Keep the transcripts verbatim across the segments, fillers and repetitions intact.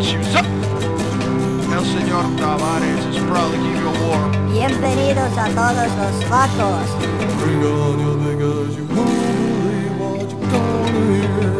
Choose up. El señor Tavares is probably give you a war. Bienvenidos a todos los vacos. Bring on your niggas, you won't believe what you're gonna hear.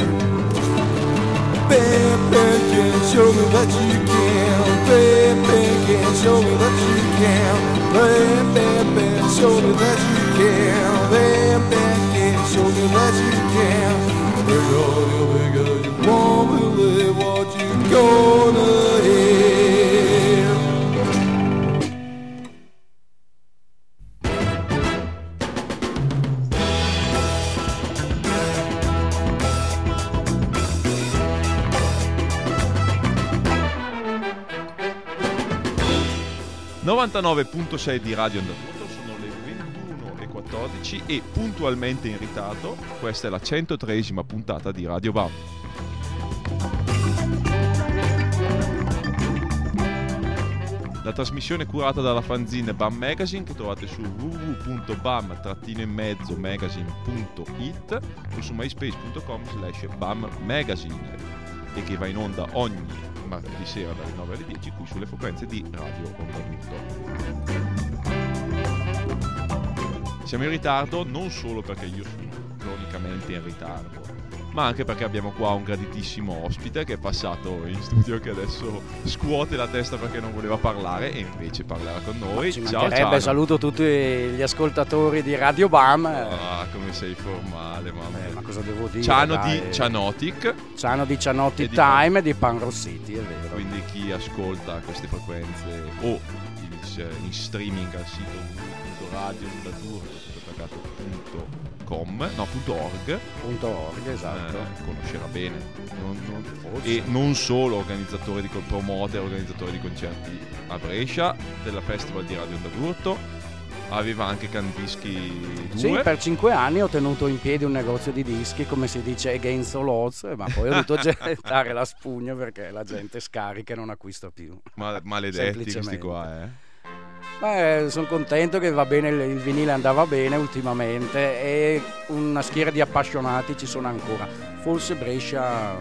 Bam, bam, can show me that you can. Bam, bam, can show me that you can. Bam, bam, bam, show me that you can. Bam, bam, can show me that you can. Bring on your niggas, you won't believe what you're gonna hear. novantanove virgola sei di Radio Onda D'Urto, sono le ventuno e quattordici e puntualmente in ritardo questa è la centotreesima puntata di Radio Bam. La trasmissione curata dalla fanzine Bam Magazine che trovate su w w w punto bam in mezzo magazine punto it o su myspace punto com slash bam magazine e che va in onda ogni martedì sera dalle nove alle dieci qui sulle frequenze di Radio Onda D'Urto. Siamo in ritardo non solo perché io sono cronicamente in ritardo, ma anche perché abbiamo qua un graditissimo ospite che è passato in studio, che adesso scuote la testa perché non voleva parlare e invece parlerà con noi. Ci ciao, ciao. Saluto tutti gli ascoltatori di Radio Bam. Ah, come sei formale, mamma. Eh, ma cosa devo dire? Ciano dai. di Cianotic. Ciano di Cianotic di Time Pan- e di Pan Rossiti, è vero. Quindi chi ascolta queste frequenze o in, in streaming al sito w w w punto radio onda d'urto punto com no punto org punto org esatto eh, conoscerà bene non, non, e non solo organizzatore di promoter organizzatore di concerti a Brescia della Festival di Radio Onda D'Urto, aveva anche Candischi due. Sì, per cinque anni ho tenuto in piedi un negozio di dischi, come si dice against all odds, ma poi ho dovuto gettare la spugna perché la gente scarica e non acquista più. Ma, maledetti questi qua, eh. Beh, sono contento che va bene, il vinile andava bene ultimamente e una schiera di appassionati ci sono ancora. Forse Brescia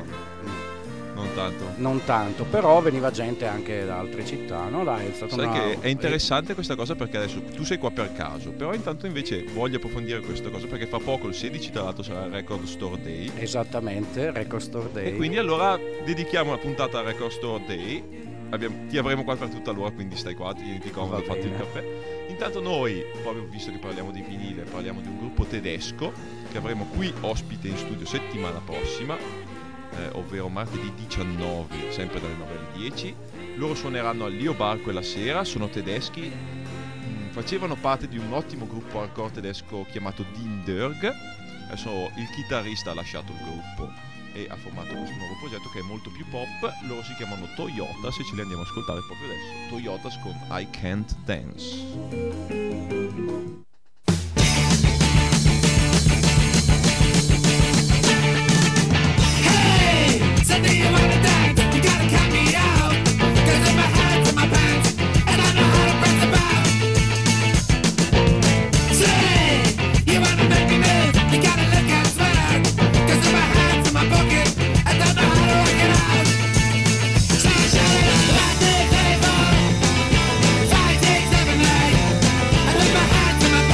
non tanto. Non tanto, però veniva gente anche da altre città, no? Dai, è stato Sai una... che è interessante questa cosa perché adesso tu sei qua per caso, però intanto invece voglio approfondire questa cosa perché fra poco il sedici tra l'altro sarà il Record Store Day. Esattamente, Record Store Day. E quindi allora dedichiamo una puntata al Record Store Day. Abbiamo, ti avremo qua per tutta l'ora, quindi stai qua, tieniti comodo, fatti il caffè. Intanto noi, proprio visto che parliamo di vinile, parliamo di un gruppo tedesco che avremo qui ospite in studio settimana prossima, eh, ovvero martedì diciannove, sempre dalle nove alle dieci. Loro suoneranno al Lio Bar quella sera, sono tedeschi, mh, facevano parte di un ottimo gruppo hardcore tedesco chiamato Dinderg. Adesso il chitarrista ha lasciato il gruppo e ha formato questo nuovo progetto che è molto più pop. Loro si chiamano Toyotas e ce li andiamo a ascoltare proprio adesso. Toyotas con I Can't Dance. Five, six, seven, eight. I put my hands in my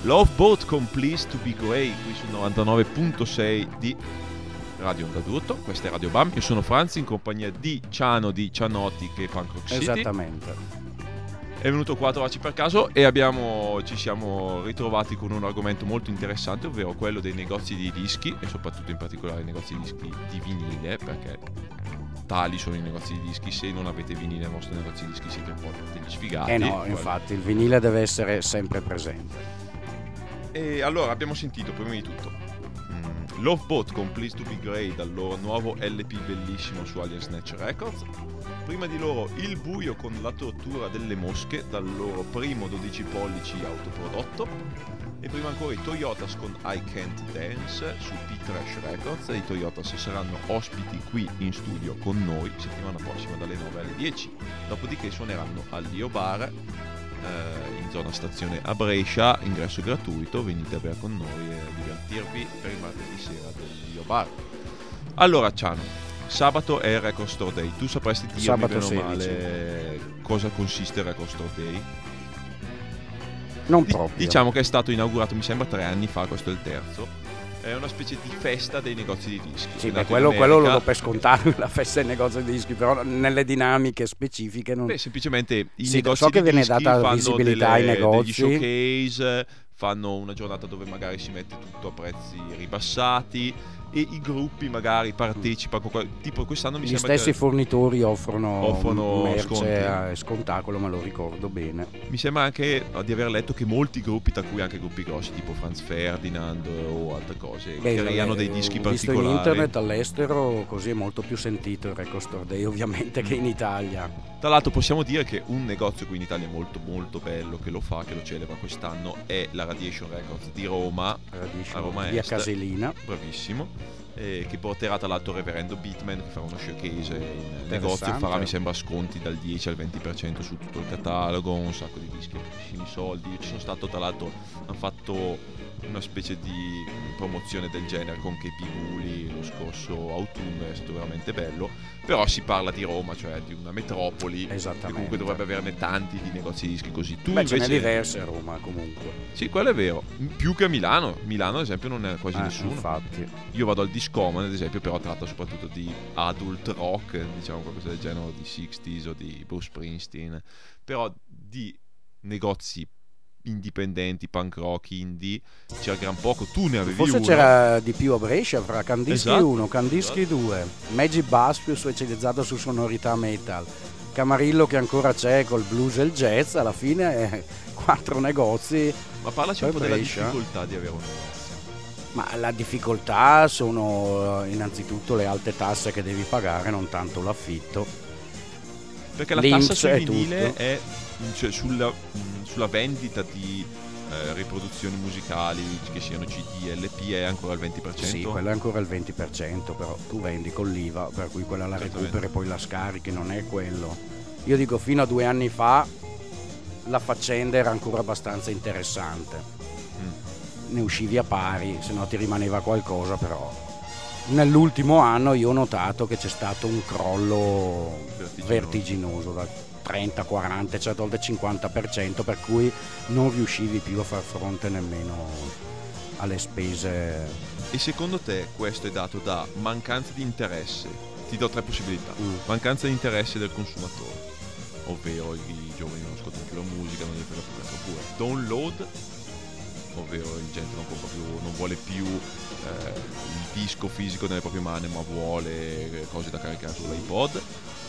Love Boat con Please to be Grey qui sul novantanove virgola sei di Radio Onda d'Urto. Questa è Radio Bam, io sono Franz in compagnia di Ciano di Cianotti che è Punk Rock City. Esattamente. È venuto qua a trovarci per caso e abbiamo, ci siamo ritrovati con un argomento molto interessante, ovvero quello dei negozi di dischi e soprattutto in particolare i negozi di dischi di vinile, perché tali sono i negozi di dischi. Se non avete vinile nel vostro negozio di dischi siete un po' degli sfigati. Eh no, infatti il vinile deve essere sempre presente. E allora abbiamo sentito prima di tutto mm, Love Boat con Please to be Grey dal loro nuovo L P bellissimo su Alien Snatch Records. Prima di loro Il buio con La tortura delle mosche dal loro primo dodici pollici autoprodotto. E prima ancora i Toyotas con I Can't Dance su P-Trash Records. I Toyotas saranno ospiti qui in studio con noi settimana prossima dalle nove alle dieci. Dopodiché suoneranno al Dio Bar eh, in zona stazione a Brescia, ingresso gratuito, venite a bere con noi e a divertirvi per il martedì sera del Dio Bar. Allora Ciano, sabato è il Record Store Day. Tu sapresti dirmi Sabato bene o male cosa consiste il Record Store Day? Non Di- proprio. Diciamo che è stato inaugurato, mi sembra, tre anni fa, questo è il terzo. È una specie di festa dei negozi di dischi. Sì, È beh, nato quello, in quello lo America. do per scontato, la festa del negozio di dischi, però nelle dinamiche specifiche non... Beh, semplicemente i Sì, negozi so che di viene dischi data fanno visibilità delle, ai negozi. degli showcase, fanno una giornata dove magari si mette tutto a prezzi ribassati e i gruppi magari partecipano con qual- tipo quest'anno mi Gli sembra stessi che fornitori offrono, Offrono merce sconti. a scontacolo, me lo ricordo bene. mi sembra anche di aver letto che molti gruppi, tra cui anche gruppi grossi tipo Franz Ferdinand o altre cose, Beh, creano eh, dei dischi ho visto particolari. in internet all'estero, così è molto più sentito il Record Store Day ovviamente che in Italia. Tra l'altro possiamo dire che un negozio qui in Italia molto molto bello che lo fa, che lo celebra quest'anno, è la Radiation Records di Roma, Radition, a Roma via Est. Caselina. Bravissimo, eh, che porterà tra l'altro il Reverendo Beatman, che farà uno showcase in negozio e farà mi sembra sconti dal dieci al venti per cento su tutto il catalogo, un sacco di dischi a pochissimi soldi. Io ci sono stato, tra l'altro hanno fatto una specie di promozione del genere con Che Piguli lo scorso autunno, è stato veramente bello. Però si parla di Roma, cioè di una metropoli che Esattamente. comunque dovrebbe averne tanti di negozi di dischi così. Tu Beh, ce n'è invece diverse a Roma comunque. sì, quello è vero, più che a Milano. Milano ad esempio non è quasi Eh, nessuno. infatti. Io vado al Discoman ad esempio, però tratta soprattutto di adult rock, diciamo qualcosa del genere, o di sessanta o di Bruce Springsteen, però di negozi indipendenti, punk rock, indie c'era gran poco. Tu ne avevi Forse uno. c'era di più a Brescia, fra Candischi Esatto, uno, Candischi esatto. due, Magic Bass più specializzato su sonorità metal, Camarillo che ancora c'è col blues e il jazz, alla fine eh, quattro negozi. Ma parlaci un Poi po' della Brescia. difficoltà di avere un negozio. Ma la difficoltà sono eh, innanzitutto le alte tasse che devi pagare, non tanto l'affitto. Perché la L'I N P tassa S sul è vinile tutto. è, cioè, sulla, mh, sulla vendita di eh, riproduzioni musicali, che siano C D, L P, è ancora al venti per cento. Sì, quello è ancora il venti per cento, però tu vendi con l'I V A, per cui quella la Certamente. recuperi e poi la scarichi, non è quello. Io dico fino a due anni fa la faccenda era ancora abbastanza interessante. Mm. Ne uscivi a pari, se no ti rimaneva qualcosa, però nell'ultimo anno io ho notato che c'è stato un crollo Vertiginoso. vertiginoso, da trenta, quaranta, certe volte cinquanta per cento, per cui non riuscivi più a far fronte nemmeno alle spese. E secondo te questo è dato da mancanza di interesse? Ti do tre possibilità. Mm. Mancanza di interesse del consumatore, ovvero i giovani non ascoltano più la musica, non gli frega più questo, oppure download, ovvero la gente non compra più, non vuole più eh, il disco fisico nelle proprie mani, ma vuole cose da caricare sull'iPod,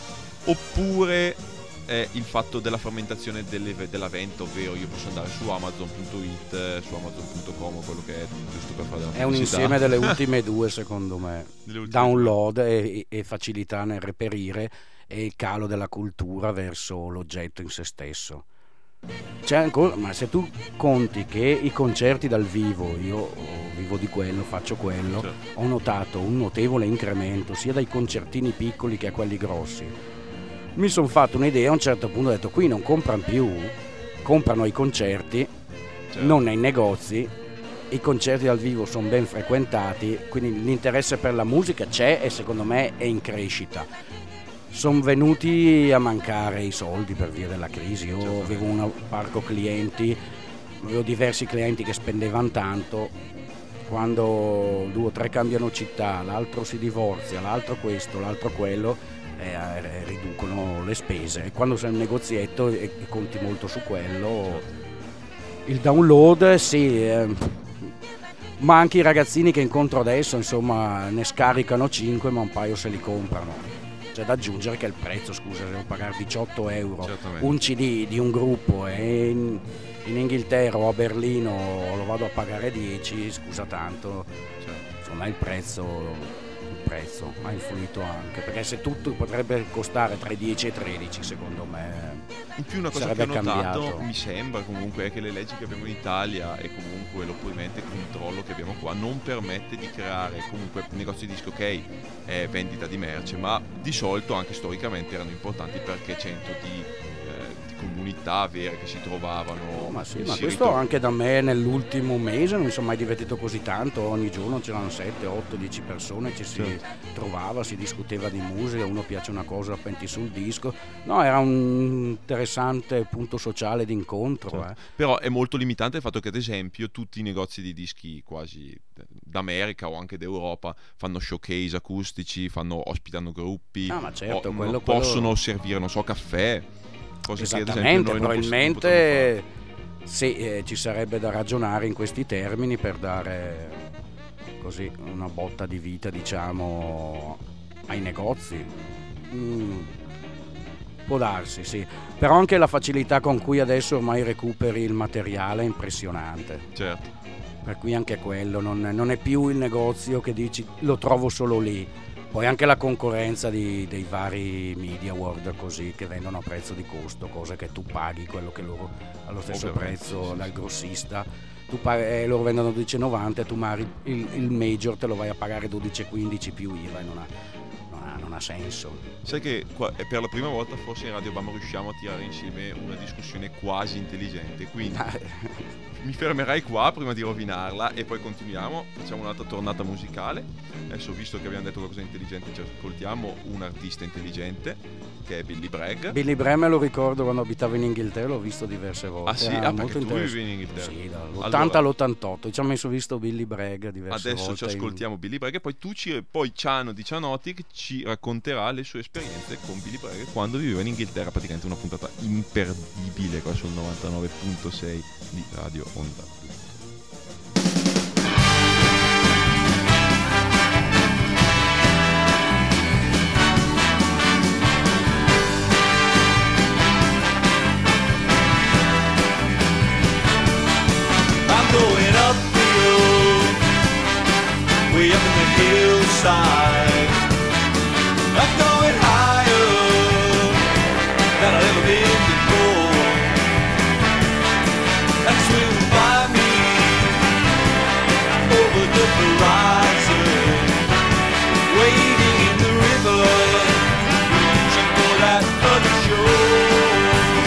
oppure è il fatto della frammentazione delle, della venta, ovvero io posso andare su amazon punto it, su amazon punto com o quello che è, giusto per fare della È un pubblicità. insieme delle ultime due, secondo me. Delle ultime Download e, e facilità nel reperire e il calo della cultura verso l'oggetto in se stesso. C'è ancora, ma se tu conti che i concerti dal vivo, io vivo di quello, faccio quello, Certo. ho notato un notevole incremento sia dai concertini piccoli che a quelli grossi. Mi sono fatto un'idea, a un certo punto ho detto qui non comprano più, comprano i concerti, Certo. non nei negozi. I concerti dal vivo sono ben frequentati, quindi l'interesse per la musica c'è e secondo me è in crescita. Sono venuti a mancare i soldi per via della crisi. Io Certamente. avevo un parco clienti avevo diversi clienti che spendevano tanto, quando due o tre cambiano città, l'altro si divorzia, l'altro questo, l'altro quello, eh, riducono le spese, e quando sei un negozietto e, e conti molto su quello, il download sì, eh, ma anche i ragazzini che incontro adesso, insomma, ne scaricano cinque ma un paio se li comprano. C'è da aggiungere che il prezzo, scusa, devo pagare diciotto euro un C D di un gruppo, e in, in Inghilterra o a Berlino lo vado a pagare dieci, scusa tanto, cioè, insomma il prezzo, il prezzo ha influito anche, perché se tutto potrebbe costare tra i dieci e i tredici, secondo me in più una cosa sarebbe che ho notato, cambiato. mi sembra comunque, è che le leggi che abbiamo in Italia e comunque l'opprimente controllo che abbiamo qua non permette di creare comunque negozi di disco, ok, è vendita di merce, ma di solito anche storicamente erano importanti perché centro di, eh, di comunità vere che si trovavano. Oh, ma sì, si ma questo ritro- anche da me nell'ultimo mese non mi sono mai divertito così tanto, ogni giorno c'erano sette, otto, dieci persone, ci si Certo. trovava, si discuteva di musica, uno piace una cosa, appendi sul disco, no, era un interessante punto sociale d'incontro. Certo. eh. Però è molto limitante il fatto che ad esempio tutti i negozi di dischi quasi d'America o anche d'Europa fanno showcase acustici, fanno, ospitano gruppi, Ah, ma certo, o- quello- possono quello- servire, non so, caffè, cose che ad esempio Esattamente, noi non poss- non probabilmente sì, eh, ci sarebbe da ragionare in questi termini per dare così una botta di vita, diciamo, ai negozi. Mm, può darsi, sì, però anche la facilità con cui adesso ormai recuperi il materiale è impressionante, potremmo fare. Certo. per cui anche quello non, non è più il negozio che dici lo trovo solo lì. Poi anche la concorrenza di, dei vari media world così, che vendono a prezzo di costo, cose che tu paghi quello che loro allo stesso Ovviamente, prezzo sì, sì, dal sì. grossista, tu paghi, eh, loro vendono dodici e novanta e tu magari il, il major te lo vai a pagare dodici e quindici più I V A, e non ha, non ha, non ha senso. Sai che qua, è per la prima volta forse in Radio Bamba riusciamo a tirare insieme una discussione quasi intelligente, quindi mi fermerai qua prima di rovinarla e poi continuiamo, facciamo un'altra tornata musicale. Adesso, visto che abbiamo detto qualcosa di intelligente, ci ascoltiamo un artista intelligente che è Billy Bragg. Billy Bragg me lo ricordo quando abitavo in Inghilterra, l'ho visto diverse volte. Ah sì? Era Ah, perché molto tu interess- vivi in Inghilterra. Sì, dall'ottanta Allora, all'ottantotto, ci ho messo visto Billy Bragg diverse adesso volte. ci ascoltiamo Billy Bragg e poi tu ci, poi Ciano di Cianotti ci racconterà le sue esperienze con Billy Bragg quando viveva in Inghilterra, praticamente una puntata imperdibile qua sul novantanove virgola sei di Radio Onda. I'm going up the road, way up in the hillside. I'm going higher than I've ever been before. That's where you'll find me, over the horizon, wading in the river, reaching for that other shore.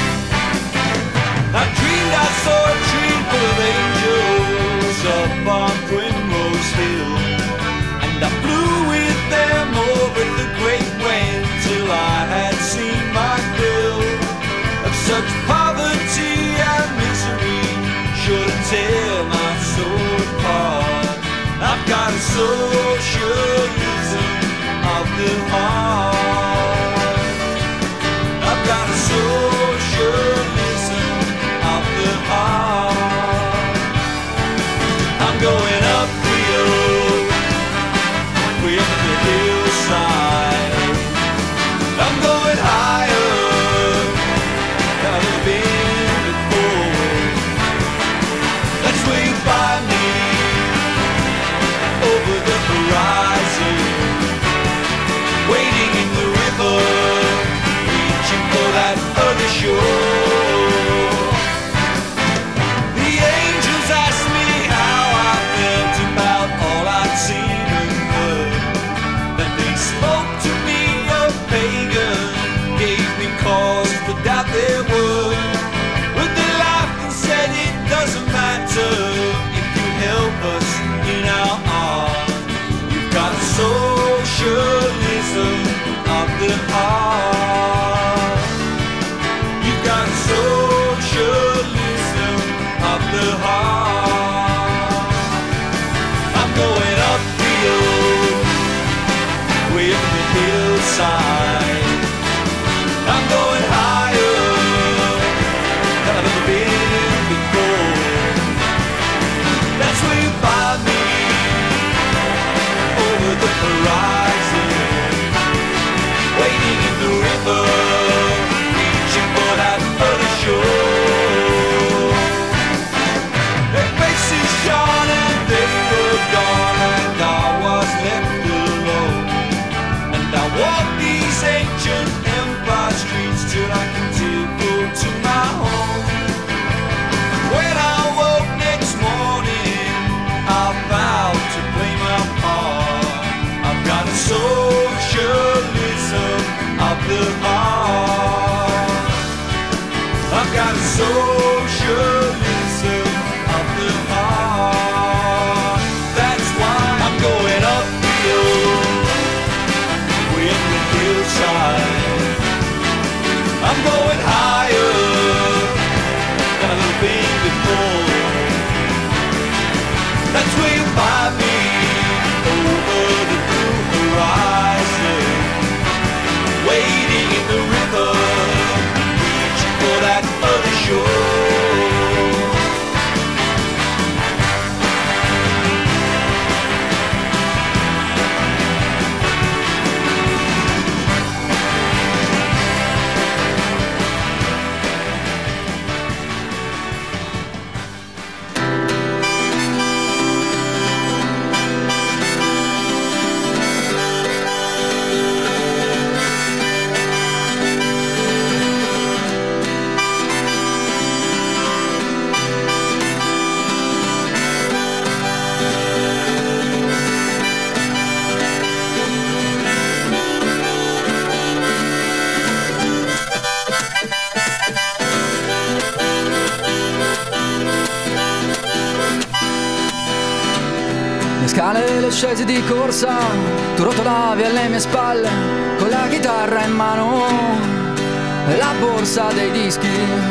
I dreamed I saw a tree full of angels up on Primrose Hill, and I flew with them over the great wind till I had seen my fill of such poverty and misery, sure to tear my soul apart. I've got a socialism of the heart. I've got a socialism of the heart. I'm going up the road, way up the hillside. I'm going higher than I've ever been before. That's where you find me, over the horizon, waiting the heart. I'm going uphill, way up the hillside. I'm going higher than I've ever been before. That's where you find me, over the horizon, waiting in the river, reaching for that other shore. Their faces shone and they were gone, and I was left alone. And I walked these ancient empire streets till I could tiptoe to my home. When I woke next morning, I vowed to play my part. I've got a socialism of the heart. I've got a socialism of the heart. That's why I'm going uphill, way up the hillside. I'm going higher than I've ever been before. That's where you find me, over the blue horizon, waiting in the river, reaching for that other shore. Le scale, le scese di corsa, tu rotolavi alle mie spalle, con la chitarra in mano e la borsa dei dischi.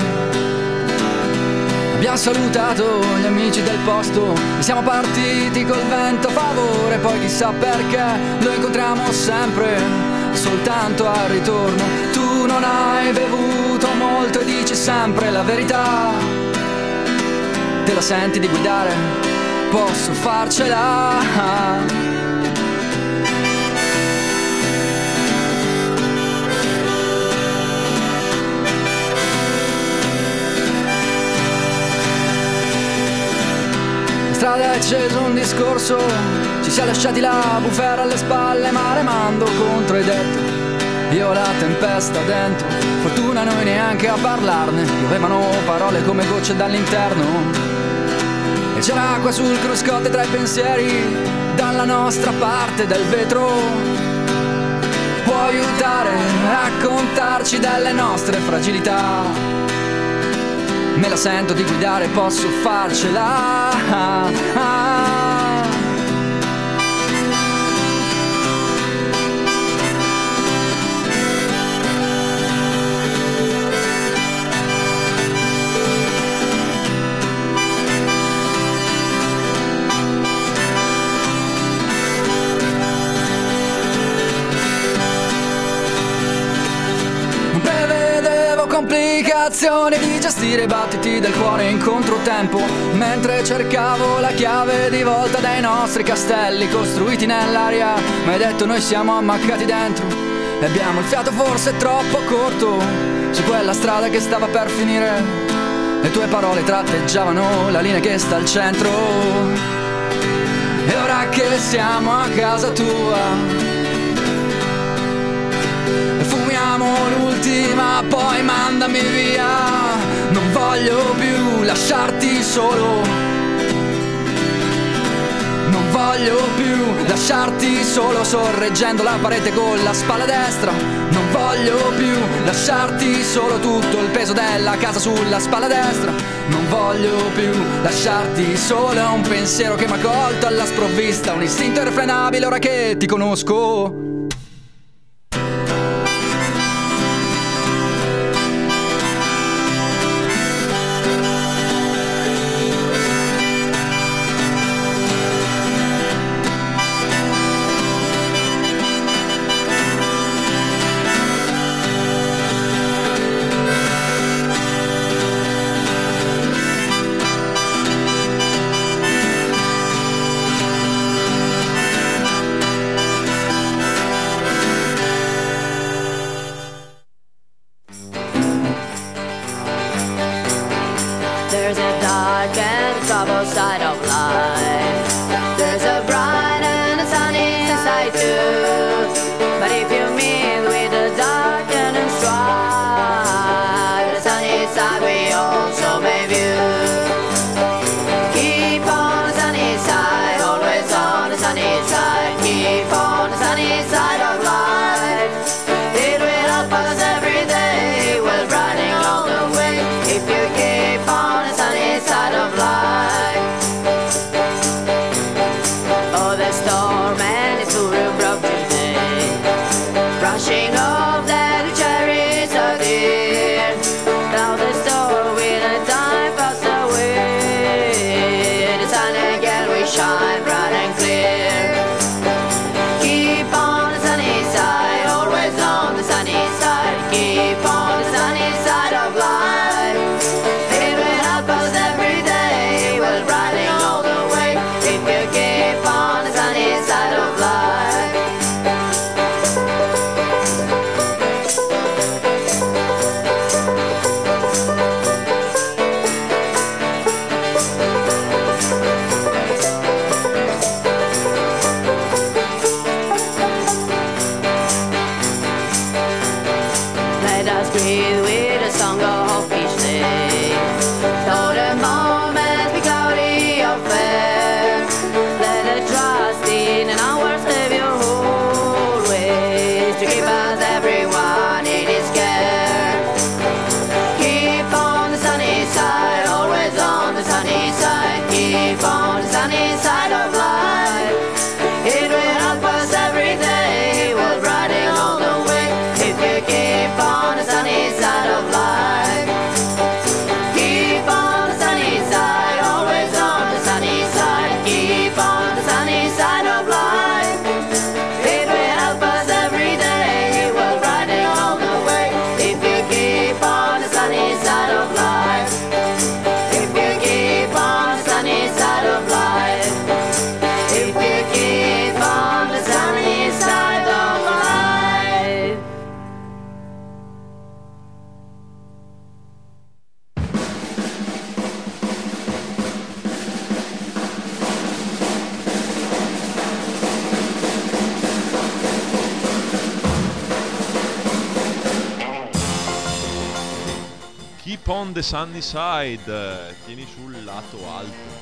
Abbiamo salutato gli amici del posto e siamo partiti col vento a favore, poi chissà perché lo incontriamo sempre, soltanto al ritorno. Tu non hai bevuto molto e dici sempre la verità. Te la senti di guidare? Posso farcela. In strada è acceso un discorso, ci siamo lasciati la bufera alle spalle, ma remando contro i detti. Io ho la tempesta dentro, fortuna noi neanche a parlarne, piovevano parole come gocce dall'interno. E c'era acqua sul cruscotte tra i pensieri, dalla nostra parte del vetro. Può aiutare a raccontarci delle nostre fragilità. Me la sento di guidare, posso farcela. Complicazioni di gestire i battiti del cuore in controtempo, mentre cercavo la chiave di volta dai nostri castelli costruiti nell'aria. Ma hai detto noi siamo ammaccati dentro e abbiamo il fiato forse troppo corto su quella strada che stava per finire. Le tue parole tratteggiavano la linea che sta al centro. E ora che siamo a casa tua fumiamo l'ultima, poi mandami via. Non voglio più lasciarti solo, non voglio più lasciarti solo sorreggendo la parete con la spalla destra. Non voglio più lasciarti solo, tutto il peso della casa sulla spalla destra. Non voglio più lasciarti solo, è un pensiero che m'ha colto alla sprovvista, un istinto irrefrenabile ora che ti conosco. There's a dark and troubled side of life. There's a bright and a sunny side too. But if you meet with the dark and the strife, the sunny side we also may view. Keep on the sunny side, always on the sunny side. Keep on the sunny side of life. It will help us every day, we're brighting all the way. If you keep on the sunny side of life. Oh, the storm and its fury broke today, brushing off that cherries so dear. Now the storm with a time passed away. The sun again we shine bright and clear. Keep on the sunny side, always on the sunny side. Keep on the sunny side of life. It will help us every day, we're riding all the way. If you keep on the sunny side of life. Let us breathe with a song of hope each day. Though the moments be cloudy or fair, let us trust in our Savior always to keep us everyone in His care. Keep on the sunny side, always on the sunny side. Keep on the sunny side of life. It will help us every day, we're riding all the way. If you keep on the sunny side of life. Keep on the sunny side, always on the sunny side. Keep on the sunny side of life. It will help us every day, we're riding all the way. If you keep on the sunny side of life. If you keep on the sunny side of life. If you keep on the sunny side of life. Keep on the sunny side, tieni sul lato alto.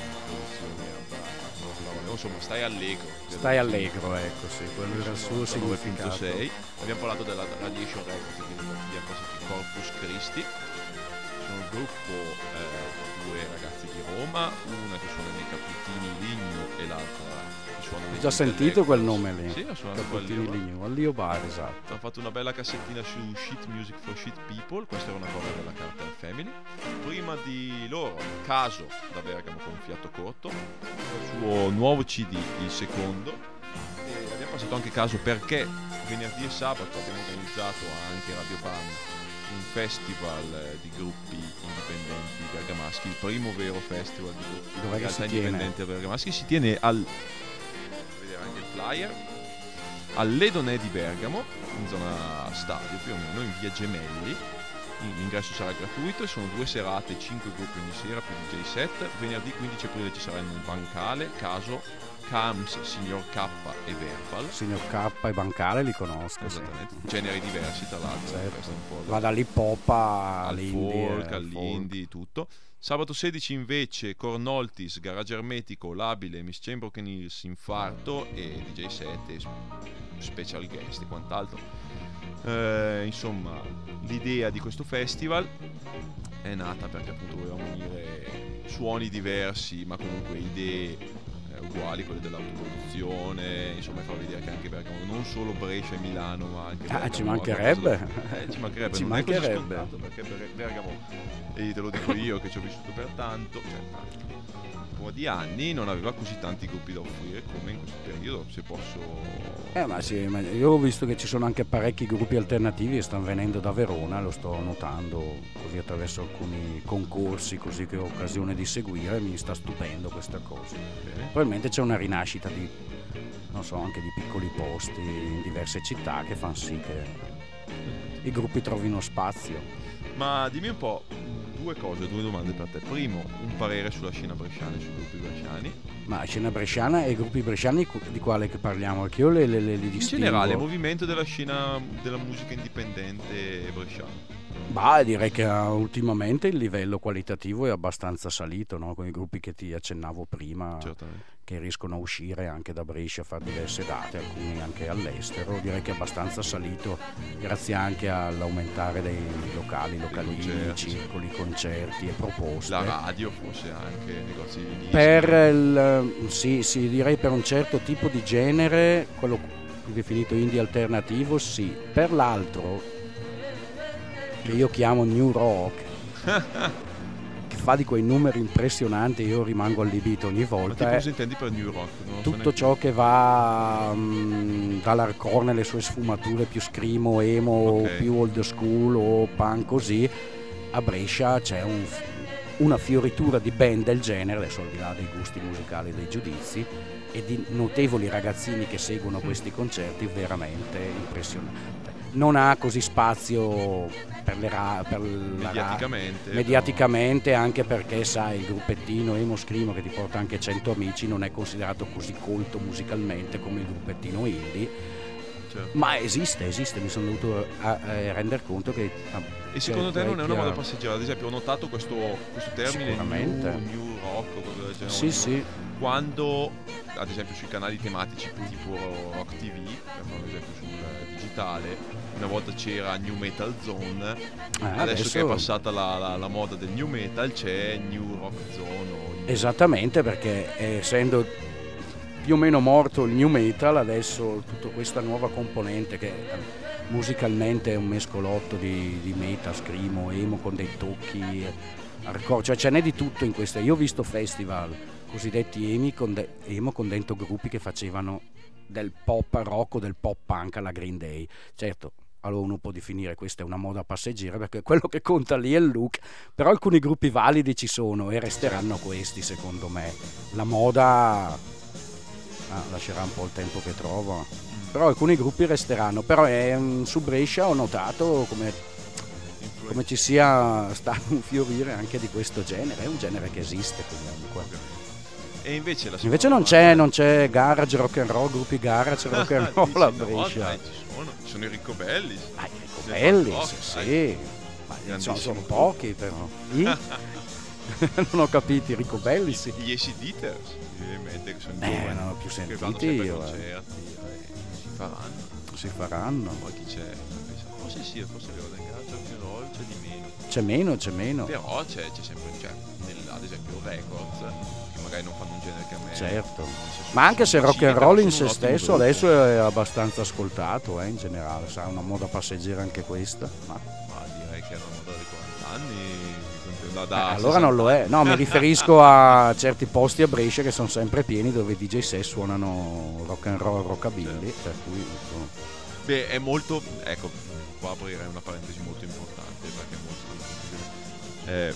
Insomma, stai allegro. Stai allegro, ecco, sì, quello era il suo nove punto significato. sei. Abbiamo parlato della Radiation Records, che abbiamo passato il Corpus Christi. Sono un gruppo eh, di due ragazzi di Roma, una che suona nei Capputtini Ligno e l'altra che suona nei Ho già sentito Intellectuals. quel nome lì. Sì, ho suonato Capputtini quelli. Ligno, al Lio Bar, esatto. Hanno fatto una bella cassettina su Shit Music for Shit People, questa era una cover della Carter Family. Prima di loro, Caso, da Bergamo con Fiato Corto, il suo nuovo C D, il secondo. E abbiamo passato anche Caso perché venerdì e sabato abbiamo organizzato anche Radio Bam un festival eh, di gruppi indipendenti bergamaschi, il primo vero festival di gruppi Dov'è in che realtà si tiene? indipendenti bergamaschi. Si tiene al, vedere anche il flyer, all'Edonè di Bergamo, in zona stadio più o meno, in via Gemelli. L'ingresso sarà gratuito e sono due serate, cinque gruppi ogni sera più D J set. Venerdì quindici aprile ci saranno il Bancale, Caso, Cams, Signor K e Verbal. Signor K e Bancale li conosco, sì. Esattamente, generi diversi tra l'altro. Certo. Questo è un po' Va dall'hip hop al all'indie, folk, al all'indie, tutto. Sabato sedici invece Cornoltis, Garage Ermetico, Labile, Miss Chambroken Hills, Infarto e D J set e special guest e quant'altro. Eh, insomma, l'idea di questo festival è nata perché appunto volevamo unire suoni diversi ma comunque idee eh, uguali, quelle dell'autoproduzione, insomma far vedere che anche Bergamo, non solo Brescia e Milano ma anche Ah, Bergamo ci ha mancherebbe. qualcosa da- eh, ci mancherebbe, Ci non è così mancherebbe. scontato, perché Ber- Bergamo, e te lo dico io che ci ho vissuto per tanto, cioè tanto, un po' di anni, non aveva così tanti gruppi da offrire come in questo periodo, se posso. Eh ma sì, ma io ho visto che ci sono anche parecchi gruppi alternativi che stanno venendo da Verona, lo sto notando così attraverso alcuni concorsi così che ho occasione di seguire, mi sta stupendo questa cosa. Bene. Probabilmente c'è una rinascita di, non so, anche di piccoli posti in diverse città che fanno sì che i gruppi trovino spazio. Ma dimmi un po', due cose, due domande per te. Primo, un parere sulla scena bresciana e sui gruppi bresciani. Ma scena bresciana e gruppi bresciani di quale che parliamo? Perché io le, le, le, le In distingo. generale, movimento della scena della musica indipendente bresciana. Bah, direi che uh, ultimamente il livello qualitativo è abbastanza salito, no? Con i gruppi che ti accennavo prima, Certamente. che riescono a uscire anche da Brescia a fare diverse date, alcuni anche all'estero. Direi che è abbastanza salito grazie anche all'aumentare dei locali, localini, concerti, circoli, concerti e proposte. La radio forse anche, negozi di dischi. Per il, sì, sì, direi per un certo tipo di genere, quello definito indie alternativo, sì. Per l'altro, che io chiamo New Rock, che fa di quei numeri impressionanti, io rimango allibito ogni Ma volta. te eh. cosa intendi per New Rock? Non lo so Tutto neanche ciò io. che va mh, dall'hardcore nelle sue sfumature più screamo, emo, Ok. più old school o punk così, a Brescia c'è un, una fioritura di band del genere, adesso al di là dei gusti musicali e dei giudizi, e di notevoli ragazzini che seguono questi concerti, veramente impressionante. Non ha così spazio per, le ra- per la ra- Mediaticamente, mediaticamente anche perché sai, il gruppettino emo screamo che ti porta anche cento amici non è considerato così colto musicalmente come il gruppettino indie, Certo. ma esiste, esiste, mi sono dovuto a- a rendere conto che ah, E secondo c'è te non è una vecchia- moda passeggera? Ad esempio ho notato questo, questo termine Sicuramente. new, new rock o qualcosa del genere. Sì, no? sì. Quando ad esempio sui canali tematici tipo Rock T V, per fare un esempio sul eh, digitale, una volta c'era New Metal Zone, Ah, adesso, adesso- che è passata la, la, la moda del New Metal c'è New Rock Zone o New- Esattamente, perché eh, essendo più o meno morto il new metal, adesso tutta questa nuova componente che eh, musicalmente è un mescolotto di, di metal, screamo, emo con dei tocchi eh, hardcore, cioè ce n'è di tutto in questa. Io ho visto festival cosiddetti emo con, de- emo con dentro gruppi che facevano del pop rock o del pop punk alla Green Day. Certo, allora uno può definire questa è una moda passeggera perché quello che conta lì è il look, però alcuni gruppi validi ci sono e resteranno questi secondo me. La moda ah, lascerà un po' il tempo che trova, però alcuni gruppi resteranno. Però è, mm, su Brescia ho notato come, come ci sia stato un fiorire anche di questo genere, è un genere che esiste comunque. E invece la Invece seconda non c'è, domanda- non c'è garage rock and roll, gruppi garage rock and roll Dici, a no, Brescia. dai, ci sono, ci sono i Riccobelli. Ah, i Riccobelli, Del punk rock, sì, dai. sì. Ma sono, Grandissimo sono gruppo. pochi però. I? non ho capito, i Riccobelli sì. Gli Acid Eaters, ovviamente, che sono Eh, giovani, non ho più che sentiti vanno sempre io, a eh. concerti, eh, si faranno. Si faranno. Poi chi c'è? Forse sì, forse è vero, del garage rock and roll c'è di meno. C'è meno, c'è meno. Però c'è, c'è sempre, cioè, nel, ad esempio Records, che magari non fanno un genere che a me... Certo. se- Ma anche se sono rock and vicini, roll però in sono se un ottimo stesso gruppo. adesso è abbastanza ascoltato, eh, in generale. Sarà una moda passeggera anche questa. Ma Ma direi che è una moda dei quaranta anni. Da, Eh, da allora non lo è. No, mi riferisco a certi posti a Brescia che sono sempre pieni dove i D J set suonano rock and roll, rockabilly, per cui ecco, Beh, è molto... Ecco, qua aprirei una parentesi molto importante, perché è molto... Eh,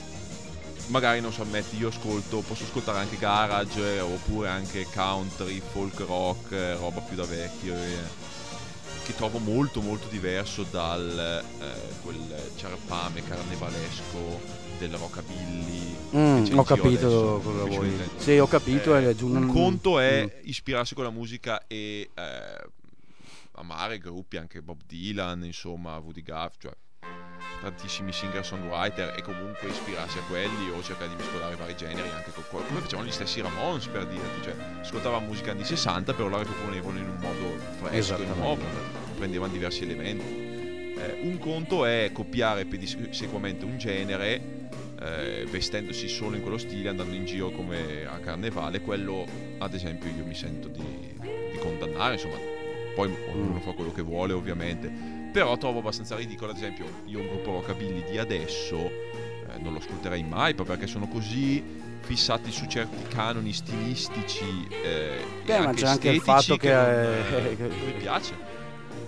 magari non so, ammetti, io ascolto, posso ascoltare anche garage, eh, oppure anche country, folk rock, eh, roba più da vecchio, eh, che trovo molto molto diverso dal eh, quel ciarpame carnevalesco del rockabilly. Mm, che c'è in ho giro capito adesso, cosa capisci vuoi. cosa intendo? Sì, ho capito, Eh, è giù un un- conto è mm. ispirarsi con la musica e eh, amare gruppi, anche Bob Dylan, insomma, Woody Guthrie, cioè tantissimi singer-songwriter, e comunque ispirarsi a quelli o cercare di mescolare vari generi anche con quello, come facevano gli stessi Ramones, per dirti, cioè ascoltavano musica anni sessanta però la riproponevano in un modo fresco e Esattamente. nuovo, prendevano diversi elementi. Eh, un conto è copiare pedissequamente un genere eh, vestendosi solo in quello stile, andando in giro come a carnevale. Quello ad esempio io mi sento di, di condannare, insomma, poi ognuno Mm. fa quello che vuole ovviamente, però trovo abbastanza ridicolo. Ad esempio io un gruppo rockabilly di adesso eh, non lo ascolterei mai, proprio perché sono così fissati su certi canoni stilistici eh, e Beh, ma anche c'è anche il estetici fatto che, non, eh, eh, che- non mi piace.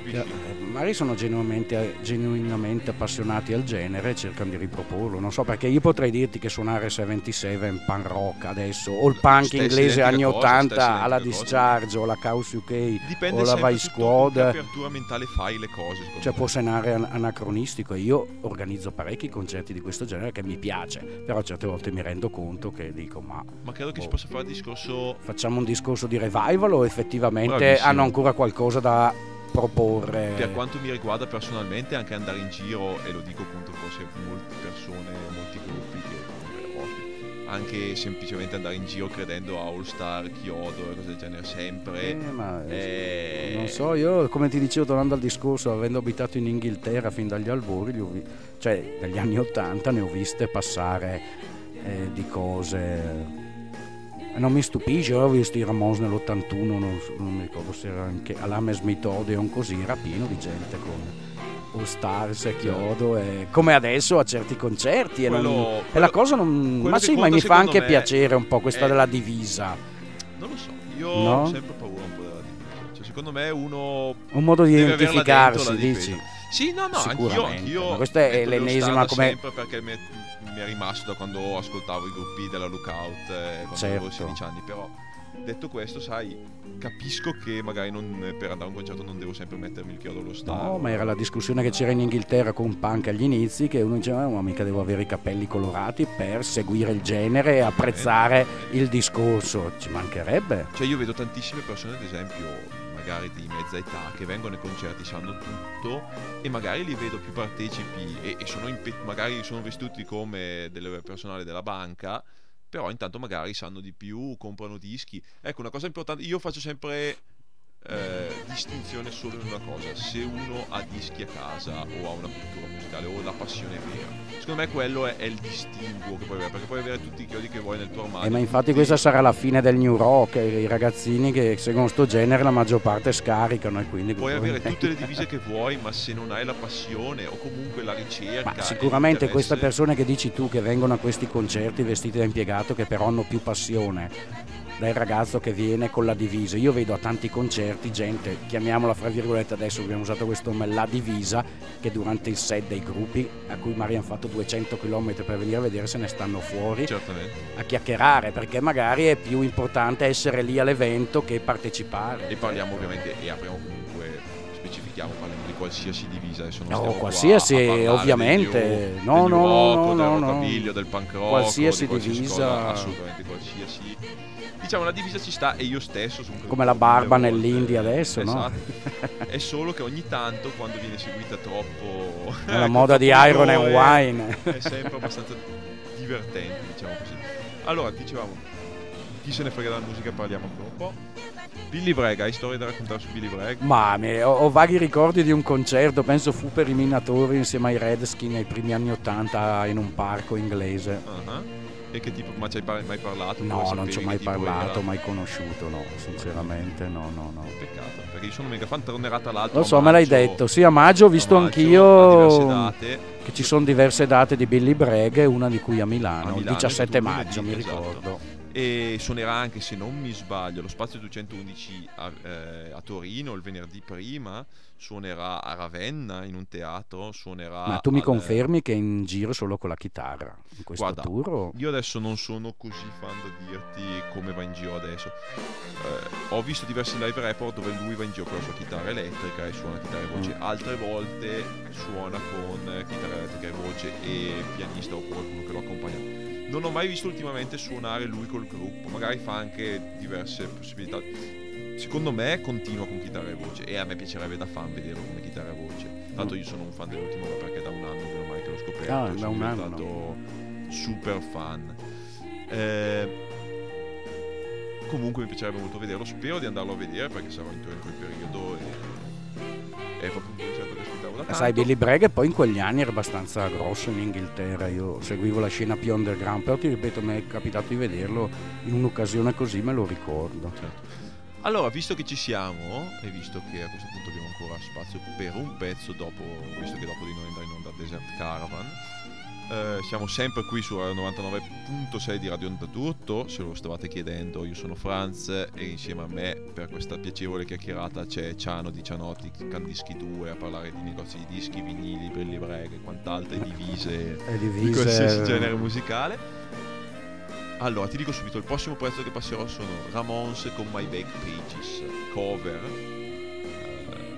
vicino. Eh, magari sono genuinamente, genuinamente appassionati al genere e cercano di riproporlo. Non so, perché io potrei dirti che suonare settantasette punk rock adesso, o il punk Stessa inglese identica anni cosa, ottanta stessa alla identica Discharge o la Chaos U K Dipende o la sempre Vice tutto con che Squad, apertura mentale fai le cose, secondo cioè me. può suonare an- anacronistico. E io organizzo parecchi concerti di questo genere che mi piace, però certe volte mi rendo conto che dico ma, Ma credo che oh, si possa fare il discorso. facciamo un discorso di revival o effettivamente Bravissimo. hanno ancora qualcosa da proporre? Per quanto mi riguarda personalmente, anche andare in giro, e lo dico contro forse molte persone, molti gruppi che ho, anche semplicemente andare in giro credendo a All Star, Chiodo e cose del genere sempre. Eh, ma eh, non so, io come ti dicevo, tornando al discorso, avendo abitato in Inghilterra fin dagli albori, li ho vi- cioè dagli anni ottanta, ne ho viste passare eh, di cose. E non mi stupisce, ho visto i Ramones nell'ottantuno, non, non mi ricordo se era anche all'Hammersmith Odeon, così era pieno di gente con All Stars e Chiodo, e come adesso a certi concerti, e, non- Quello- e quello- la cosa non, quello ma che sì, ma conta mi fa secondo anche me piacere un po' questa è- della divisa, Non lo so, io No? ho sempre paura un po' della divisa. Cioè, secondo me uno un modo di deve averla identificarsi, dentro la difesa. dici? Sì, no, no, anch'io, Sicuramente, anch'io ma questa è metto dello l'ennesima standard come- sempre, perché mi è, mi è rimasto da quando ascoltavo i gruppi della Lookout eh, quando Certo. avevo sedici anni. Però detto questo, sai, capisco che magari non, per andare a un concerto non devo sempre mettermi il chiodo allo star. No, ma era la discussione che c'era in Inghilterra con punk agli inizi, che uno diceva "Eh, ma mica devo avere i capelli colorati per seguire il genere e apprezzare il discorso", ci mancherebbe. Cioè, io vedo tantissime persone, ad esempio magari di mezza età, che vengono ai concerti, sanno tutto, e magari li vedo più partecipi e, e sono impe- magari sono vestiti come delle personale della banca, però intanto magari sanno di più, comprano dischi. Ecco, una cosa importante, io faccio sempre eh, distinzione solo in una cosa: se uno ha dischi a casa o ha una cultura musicale o la passione vera, secondo me quello è, è il distinguo che puoi avere, perché puoi avere tutti i chiodi che vuoi nel tuo armadio. Eh, ma infatti questa sarà la fine del new rock, i ragazzini che seguono sto genere la maggior parte scaricano, e quindi Puoi avere tutte le divise che vuoi, ma se non hai la passione o comunque la ricerca, Ma e sicuramente l'interesse- queste persone che dici tu, che vengono a questi concerti vestiti da impiegato, che però hanno più passione del ragazzo che viene con la divisa. Io vedo a tanti concerti gente, chiamiamola fra virgolette, adesso abbiamo usato questo nome, la divisa, che durante il set dei gruppi a cui magari hanno fatto duecento chilometri per venire a vedere, se ne stanno fuori Certamente. a chiacchierare, perché magari è più importante essere lì all'evento che partecipare. E parliamo ovviamente, e apriamo comunque, specifichiamo, parliamo di qualsiasi divisa, adesso non No, stiamo qua qualsiasi, a parlare ovviamente. del No, new no, no, rock, no, del no, no. rockabilly, del punk rock, Qualsiasi di qualsiasi divisa. cosa, assolutamente qualsiasi. Diciamo, la divisa ci sta, e io stesso sono Come la barba mille volte- nell'India adesso, no? Esatto. È solo che ogni tanto, quando viene seguita troppo Nella ecco, moda di troppo Iron and colore, Wine. è sempre abbastanza divertente, diciamo così. Allora, dicevamo, chi se ne frega della musica, parliamo ancora un po'. Billy Bragg, hai storie da raccontare su Billy Bragg? Ma me- ho, ho vaghi ricordi di un concerto, penso fu per i Minatori insieme ai Redskin nei primi anni ottanta in un parco inglese. Uh-huh. E che tipo, ma ci hai par- mai parlato? No, Come non sapevi ci ho che mai tipo parlato, era? mai conosciuto, no, sinceramente no, no, no. Peccato, perché io sono mega fan, tornerà tra l'altro Lo so, a me l'hai maggio- detto, sì, a maggio ho visto a maggio, anch'io a diverse date. che ci sono diverse date di Billy Bragg, una di cui a Milano, A il Milano, diciassette è stato maggio, mi lunedì, esatto. ricordo. E suonerà anche, se non mi sbaglio, lo Spazio duecentoundici a, eh, a Torino il venerdì prima, suonerà a Ravenna in un teatro, suonerà Ma tu mi al- confermi che è in giro solo con la chitarra in questo Guarda, tour? o- io adesso non sono così fan da dirti come va in giro adesso. Eh, ho visto diversi live report dove lui va in giro con la sua chitarra elettrica e suona chitarra e voce, Mm. altre volte suona con eh, chitarra elettrica e voce e pianista o qualcuno che lo accompagna. Non ho mai visto ultimamente suonare lui col gruppo, magari fa anche diverse possibilità. Secondo me continua con chitarra e voce, e a me piacerebbe da fan vederlo come chitarra e voce. Tanto io sono un fan dell'ultimo, perché da un anno meno mai che l'ho scoperto, Ah, e da sono un anno. diventato super fan. Eh, comunque mi piacerebbe molto vederlo, spero di andarlo a vedere perché sarò in in quel periodo e è proprio un concerto che aspettavo da tanto. Sai, Billy Bragg poi in quegli anni era abbastanza grosso in Inghilterra, io seguivo la scena più underground, però ti ripeto, mi è capitato di vederlo in un'occasione così, me lo ricordo. Certo. Allora, visto che ci siamo e visto che a questo punto abbiamo ancora spazio per un pezzo dopo, visto che dopo di noi andrà in onda Desert Caravan, Eh, siamo sempre qui su novantanove virgola sei di Radio Onda Tutto. Se lo stavate chiedendo, io sono Franz e insieme a me per questa piacevole chiacchierata c'è Ciano di Cianotti, Candischi due, a parlare di negozi di dischi, vinili, brilli braghe e quant'altre divise, È divise di qualsiasi genere musicale. Allora ti dico subito, il prossimo pezzo che passerò sono Ramones con My Back Pages, cover eh,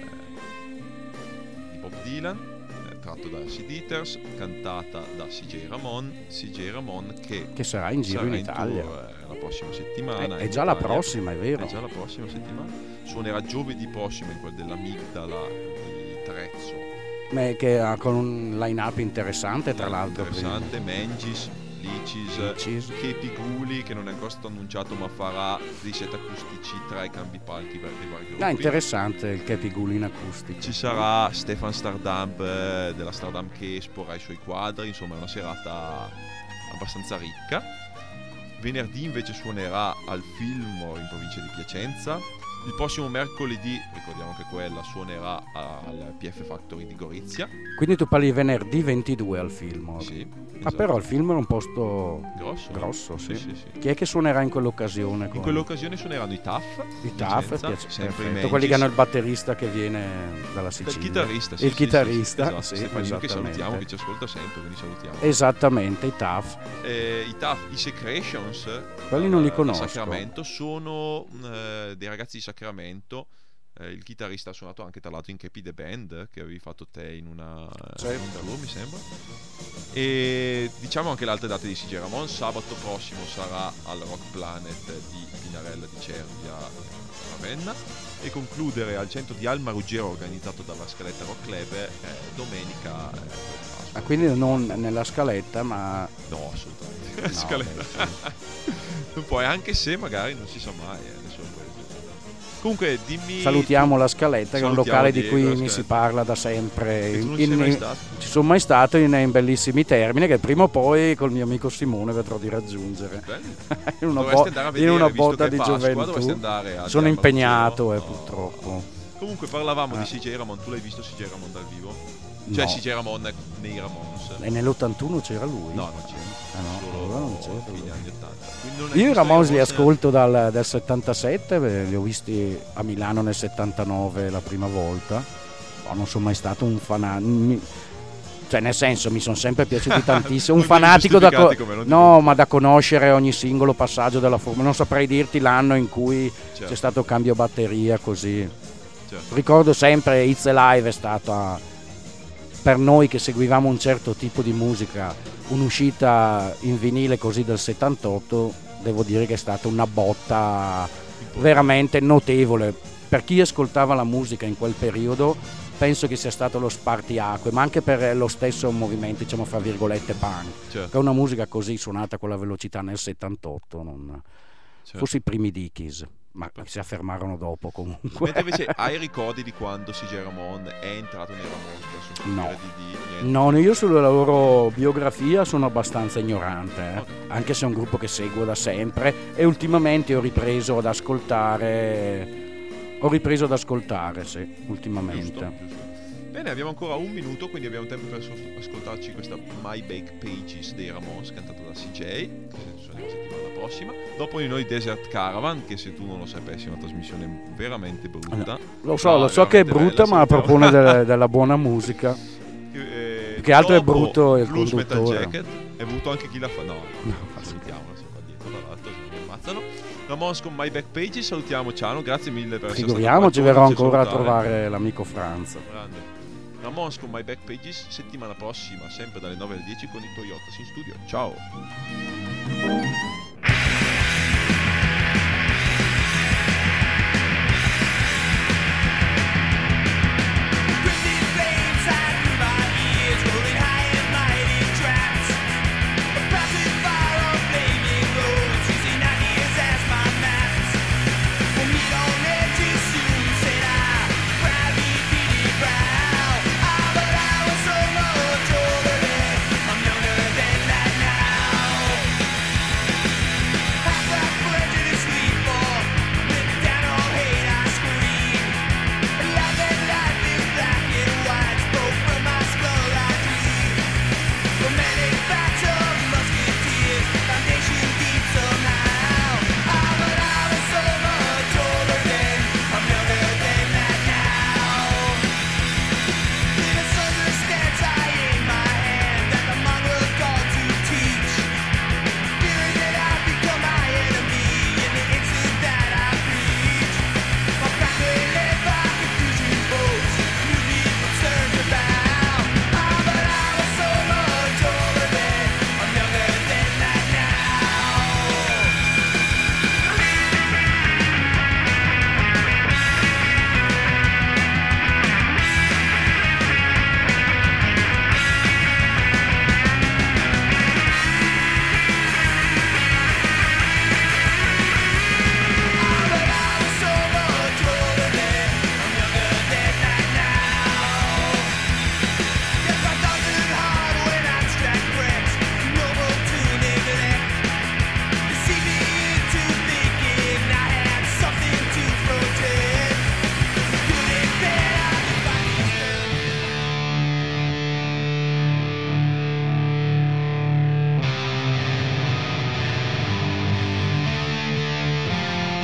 di Bob Dylan, tratto da Sid Eaters, cantata da C J Ramon, C J Ramon che, che sarà in giro sarà in Italia tour, eh, la prossima settimana. è, è in già la Italia. prossima, è vero, È già la prossima settimana. Suonerà giovedì prossimo in quel dell'Amigdala di Trezzo. Ma che ha con un line-up interessante, tra l'altro. Interessante, Mengis, Licis, Licis. Kepi Guli, che non è ancora stato annunciato ma farà dei set acustici tra i cambi palchi per dei vari gruppi. Ah, interessante il Kepi Guli in acustico. Ci sarà Stefan Stardamp eh, della Stardamp che esporrà i suoi quadri, insomma è una serata abbastanza ricca. Venerdì invece suonerà al Fillmore in provincia di Piacenza. Il prossimo mercoledì, ricordiamo che quella, suonerà al P F Factory di Gorizia. Quindi tu parli venerdì ventidue al film. Sì, Ma esatto. però il film è un posto grosso, grosso, sì. sì, sì, sì. Chi è che suonerà in quell'occasione? In con... quell'occasione suoneranno i Taff, I Taff, Vicenza, piace- sempre i perfetto. Mengis. Quelli che hanno il batterista che viene dalla Sicilia. Il chitarrista, sì, il sì, chitarrista, sì, sì, esatto. sì, Stefanino, che esattamente. salutiamo, che ci ascolta sempre, quindi salutiamo. Esattamente, i Taff. Eh, I Taff, i Secretions, Quelli non li eh, conosco. di Sacramento, sono eh, dei ragazzi di Sacramento. Eh, il chitarrista ha suonato anche tra l'altro in Kepi the Band, che avevi fatto te in una Certo. in un tour, mi sembra. E diciamo anche le altre date di C J Ramon. Sabato prossimo sarà al Rock Planet di Pinarella di Cervia, Ravenna, e concludere al centro di Alma Ruggero organizzato dalla Scaletta Rock Club eh, domenica eh, Ah, quindi non nella scaletta, ma no, assolutamente No, Scaletta. beh, Non puoi, anche se magari non si sa mai eh, adesso poi- comunque dimmi. salutiamo la scaletta, che è un Salutiamo locale di Diego, cui la mi Scaletta. si parla da sempre. E tu non in- ci sei mai in- stato? Ci sono mai stato in, in bellissimi termini, che prima o poi col mio amico Simone vedrò di raggiungere. Bello. in una, Dovresti bo- andare a in vedere, una visto botta che è di Pasqua, dovresti gioventù. andare a Sono Alma impegnato, eh, Ruggero. purtroppo. No. Comunque parlavamo Ah. di C J Ramon. Tu l'hai visto C J Ramon dal vivo? Cioè No. C J Ramon nei Ramones? E nell'ottantuno c'era lui? No, non c'era. Ah, no, Solo allora non c'era fine lui. anni ottanta. Quindi non hai Io i visto Ramones li Ramones? ascolto dal, dal settantasette, beh, li ho visti a Milano nel settantanove la prima volta. Ma non sono mai stato un fanatico, cioè nel senso mi sono sempre piaciuti tantissimo, un Vuoi dire fanatico da co- giustificati come non ti no, ma da conoscere ogni singolo passaggio della formula. Non saprei dirti l'anno in cui Certo. c'è stato cambio batteria così. Certo. Ricordo sempre It's Alive è stata, per noi che seguivamo un certo tipo di musica, un'uscita in vinile così del settantotto, devo dire che è stata una botta veramente notevole. Per chi ascoltava la musica in quel periodo penso che sia stato lo spartiacque, ma anche per lo stesso movimento, diciamo fra virgolette, punk. Certo. Che una musica così suonata con la velocità nel settantotto, non... Certo. forse i primi Dickies, ma si affermarono dopo comunque. Mentre invece hai ricordi di quando C J Ramon è entrato nei Ramones per sostituire No. di di niente? No, io sulla loro biografia sono abbastanza ignorante, eh. Ok. Anche se è un gruppo che seguo da sempre e ultimamente ho ripreso ad ascoltare, ho ripreso ad ascoltare, sì, ultimamente. Giusto, giusto. Bene, abbiamo ancora un minuto, quindi abbiamo tempo per so- ascoltarci questa My Back Pages dei Ramones cantata da C J, che sarà la settimana prossima. Dopo di noi Desert Caravan, che se tu non lo sapessi è una trasmissione veramente brutta. Lo so, No, lo so che è veramente brutta, bella, ma salutiamo. propone delle- della buona musica. Eh, Più che altro è dopo brutto il Blues Metal conduttore. Jacket, è brutto anche chi la fa. No, no, salutiamo, sono qua dietro, tra l'altro, se non mi ammazzano. Ramones con My Back Pages, salutiamo Ciano, grazie mille per essere stato Figuriamoci, qua, verrò ci ancora a salutare. trovare l'amico Franz. Grande. Ramones con My Back Pages settimana prossima, sempre dalle nove alle dieci con i Toyotas in studio. Ciao.